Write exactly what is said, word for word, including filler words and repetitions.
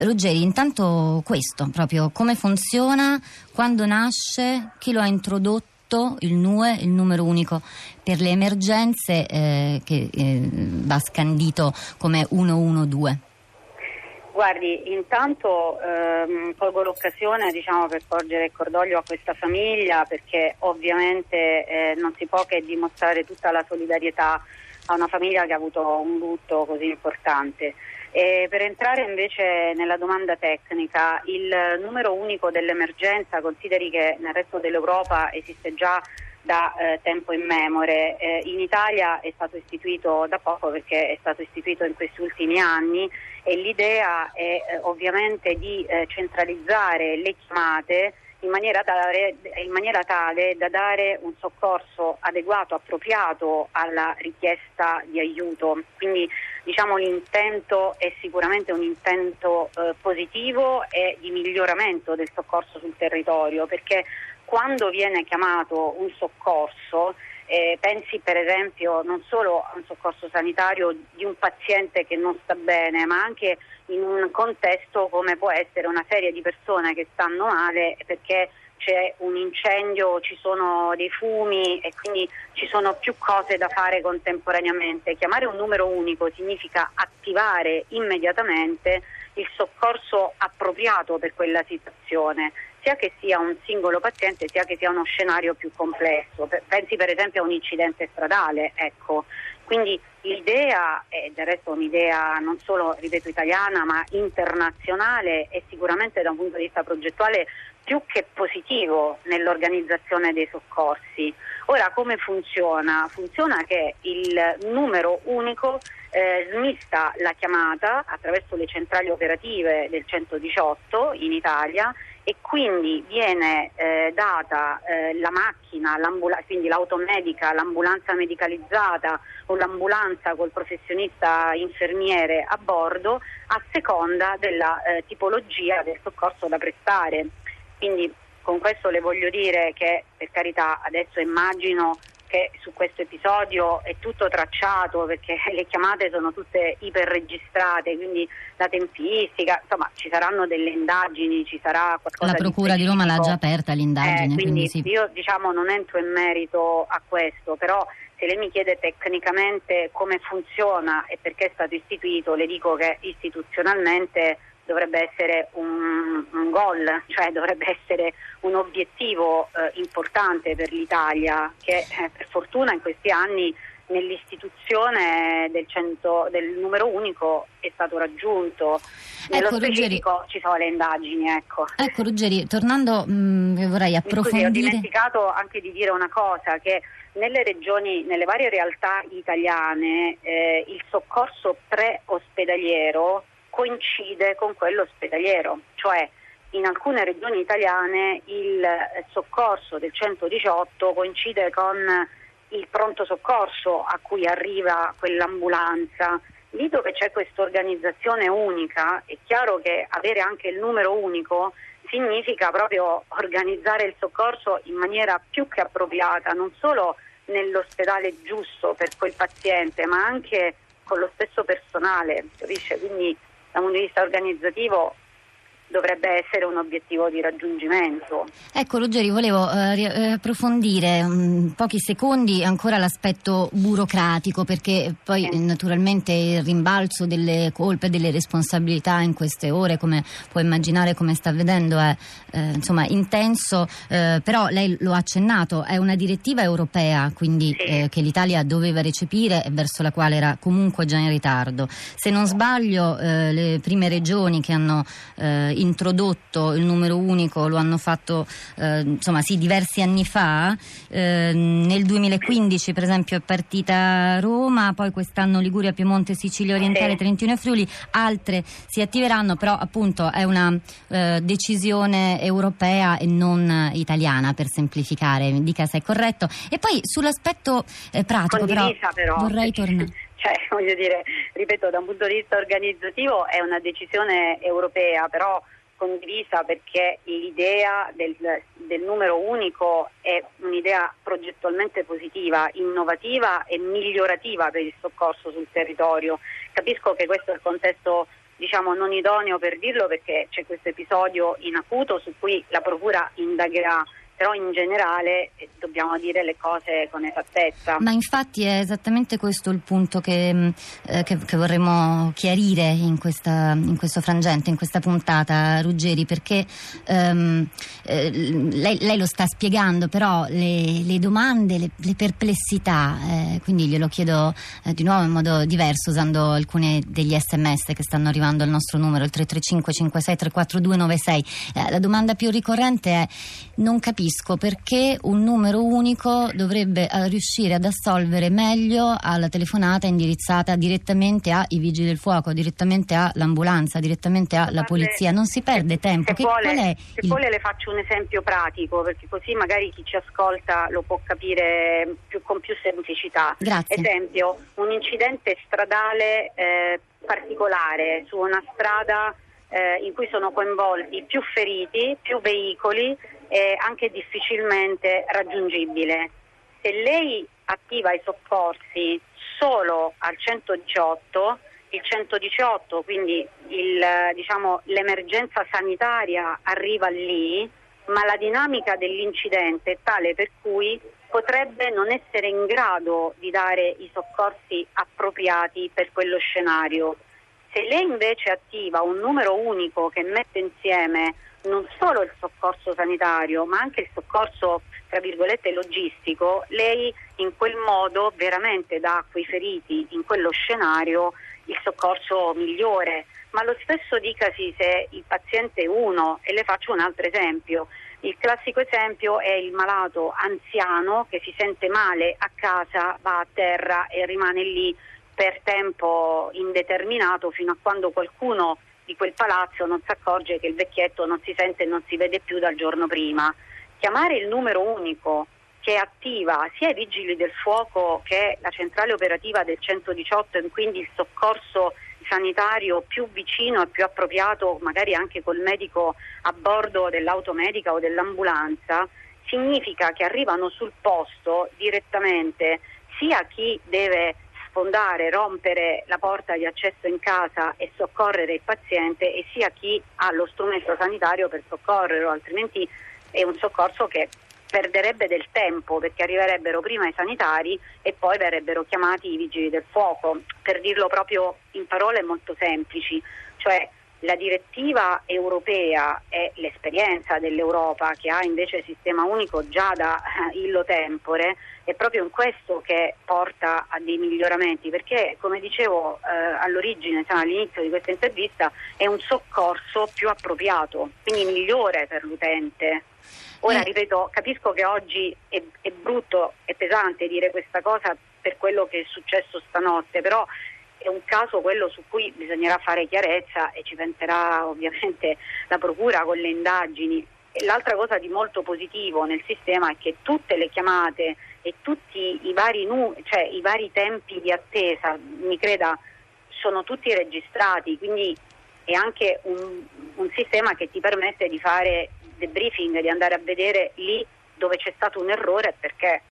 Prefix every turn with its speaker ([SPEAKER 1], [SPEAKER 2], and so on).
[SPEAKER 1] Ruggeri, intanto questo, proprio come funziona, quando nasce, chi lo ha introdotto, il N U E, il numero unico per le emergenze, eh, che eh, va scandito come centododici.
[SPEAKER 2] Guardi, intanto ehm, colgo l'occasione diciamo, per porgere il cordoglio a questa famiglia, perché ovviamente eh, non si può che dimostrare tutta la solidarietà a una famiglia che ha avuto un lutto così importante. E per entrare invece nella domanda tecnica, il numero unico dell'emergenza, consideri che nel resto dell'Europa esiste già da eh, tempo immemore, eh, in Italia è stato istituito da poco perché è stato istituito in questi ultimi anni, e l'idea è eh, ovviamente di eh, centralizzare le chiamate in maniera, tale, in maniera tale da dare un soccorso adeguato, appropriato alla richiesta di aiuto. Quindi diciamo l'intento è sicuramente un intento eh, positivo e di miglioramento del soccorso sul territorio, perché quando viene chiamato un soccorso, eh, pensi per esempio non solo a un soccorso sanitario di un paziente che non sta bene, ma anche in un contesto come può essere una serie di persone che stanno male perché c'è un incendio, ci sono dei fumi e quindi ci sono più cose da fare contemporaneamente. Chiamare un numero unico significa attivare immediatamente il soccorso appropriato per quella situazione, sia che sia un singolo paziente, sia che sia uno scenario più complesso. Pensi per esempio a un incidente stradale, ecco. Quindi l'idea, e del resto un'idea non solo, ripeto, italiana, ma internazionale, e sicuramente da un punto di vista progettuale più che positivo nell'organizzazione dei soccorsi. Ora, come funziona? Funziona che il numero unico eh, smista la chiamata attraverso le centrali operative del centodiciotto in Italia, e quindi viene eh, data eh, la macchina, quindi l'automedica, l'ambulanza medicalizzata o l'ambulanza col professionista infermiere a bordo a seconda della eh, tipologia del soccorso da prestare. Quindi con questo le voglio dire che, per carità, adesso immagino che su questo episodio è tutto tracciato perché le chiamate sono tutte iperregistrate, quindi la tempistica, insomma ci saranno delle indagini, ci sarà qualcosa.
[SPEAKER 1] La Procura di, di Roma l'ha già aperta l'indagine.
[SPEAKER 2] Eh, quindi,
[SPEAKER 1] quindi sì.
[SPEAKER 2] Io diciamo non entro in merito a questo, però se lei mi chiede tecnicamente come funziona e perché è stato istituito, le dico che istituzionalmente dovrebbe essere un, un goal, cioè dovrebbe essere un obiettivo eh, importante per l'Italia, che eh, per fortuna in questi anni nell'istituzione del, cento, del numero unico è stato raggiunto. Nello
[SPEAKER 1] ecco,
[SPEAKER 2] specifico
[SPEAKER 1] Ruggeri,
[SPEAKER 2] ci sono le indagini, ecco.
[SPEAKER 1] Ecco Ruggeri, tornando mh, vorrei approfondire.
[SPEAKER 2] Scusi, ho dimenticato anche di dire una cosa, che nelle regioni, nelle varie realtà italiane eh, il soccorso pre-ospedaliero coincide con quello ospedaliero, cioè in alcune regioni italiane il soccorso del centodiciotto coincide con il pronto soccorso a cui arriva quell'ambulanza. Lì dove c'è questa organizzazione unica, è chiaro che avere anche il numero unico significa proprio organizzare il soccorso in maniera più che appropriata, non solo nell'ospedale giusto per quel paziente, ma anche con lo stesso personale, capisce? Quindi da un punto di vista organizzativo dovrebbe essere un obiettivo di raggiungimento.
[SPEAKER 1] Ecco Ruggeri, volevo eh, approfondire in pochi secondi ancora l'aspetto burocratico, perché poi eh. naturalmente il rimbalzo delle colpe e delle responsabilità in queste ore, come può immaginare, come sta vedendo, è eh, insomma intenso, eh, però lei lo ha accennato, è una direttiva europea, quindi sì. eh, che l'Italia doveva recepire e verso la quale era comunque già in ritardo. Se non sbaglio eh, le prime regioni che hanno eh, introdotto il numero unico lo hanno fatto eh, insomma sì diversi anni fa, eh, nel duemilaquindici per esempio è partita Roma, poi quest'anno Liguria, Piemonte, Sicilia Orientale, Trentino e Friuli, altre si attiveranno, però appunto è una eh, decisione europea e non italiana, per semplificare, mi dica se è corretto. E poi sull'aspetto eh, pratico però,
[SPEAKER 2] però
[SPEAKER 1] vorrei tornare.
[SPEAKER 2] Cioè, voglio dire, ripeto, da un punto di vista organizzativo è una decisione europea, però condivisa, perché l'idea del, del numero unico è un'idea progettualmente positiva, innovativa e migliorativa per il soccorso sul territorio. Capisco che questo è il contesto diciamo non idoneo per dirlo perché c'è questo episodio in acuto su cui la procura indagherà, però in generale eh, dobbiamo dire le cose con esattezza.
[SPEAKER 1] Ma infatti è esattamente questo il punto che, eh, che, che vorremmo chiarire in, questa, in questo frangente, in questa puntata, Ruggeri, perché ehm, eh, lei, lei lo sta spiegando, però le, le domande, le, le perplessità, eh, quindi glielo chiedo eh, di nuovo in modo diverso usando alcuni degli sms che stanno arrivando al nostro numero, il tre tre cinque cinque sei tre quattro due nove sei. Eh, la domanda più ricorrente è: non capisco perché un numero unico dovrebbe eh, riuscire ad assolvere meglio alla telefonata indirizzata direttamente ai vigili del fuoco, direttamente all'ambulanza, direttamente alla polizia. Non si perde tempo.
[SPEAKER 2] Se
[SPEAKER 1] che,
[SPEAKER 2] vuole,
[SPEAKER 1] qual è
[SPEAKER 2] se
[SPEAKER 1] il...
[SPEAKER 2] vuole le faccio un esempio pratico, perché così magari chi ci ascolta lo può capire più, con più semplicità.
[SPEAKER 1] Grazie.
[SPEAKER 2] Esempio, un incidente stradale eh, particolare su una strada eh, in cui sono coinvolti più feriti, più veicoli, è anche difficilmente raggiungibile. Se lei attiva i soccorsi solo al centodiciotto, il centodiciotto, quindi il, diciamo, l'emergenza sanitaria arriva lì, ma la dinamica dell'incidente è tale per cui potrebbe non essere in grado di dare i soccorsi appropriati per quello scenario. Se lei invece attiva un numero unico che mette insieme non solo il soccorso sanitario, ma anche il soccorso, tra virgolette, logistico, lei in quel modo veramente dà a quei feriti in quello scenario il soccorso migliore. Ma lo stesso dicasi se il paziente è uno, e le faccio un altro esempio. Il classico esempio è il malato anziano che si sente male a casa, va a terra e rimane lì per tempo indeterminato fino a quando qualcuno di quel palazzo non si accorge che il vecchietto non si sente e non si vede più dal giorno prima. Chiamare il numero unico che attiva sia i vigili del fuoco che la centrale operativa del centodiciotto e quindi il soccorso sanitario più vicino e più appropriato, magari anche col medico a bordo dell'automedica o dell'ambulanza, significa che arrivano sul posto direttamente sia chi deve sfondare, rompere la porta di accesso in casa e soccorrere il paziente, e sia chi ha lo strumento sanitario per soccorrerlo, altrimenti è un soccorso che perderebbe del tempo, perché arriverebbero prima i sanitari e poi verrebbero chiamati i vigili del fuoco. Per dirlo proprio in parole molto semplici, cioè la direttiva europea e l'esperienza dell'Europa, che ha invece il sistema unico già da illo tempore, è proprio in questo che porta a dei miglioramenti, perché come dicevo eh, all'origine, insomma, all'inizio di questa intervista, è un soccorso più appropriato, quindi migliore per l'utente. Ora, ripeto, capisco che oggi è, è brutto e pesante dire questa cosa per quello che è successo stanotte, però è un caso quello su cui bisognerà fare chiarezza e ci penserà ovviamente la procura con le indagini. E l'altra cosa di molto positivo nel sistema è che tutte le chiamate e tutti i vari, nu- cioè i vari tempi di attesa, mi creda, sono tutti registrati, quindi è anche un, un sistema che ti permette di fare debriefing, di andare a vedere lì dove c'è stato un errore perché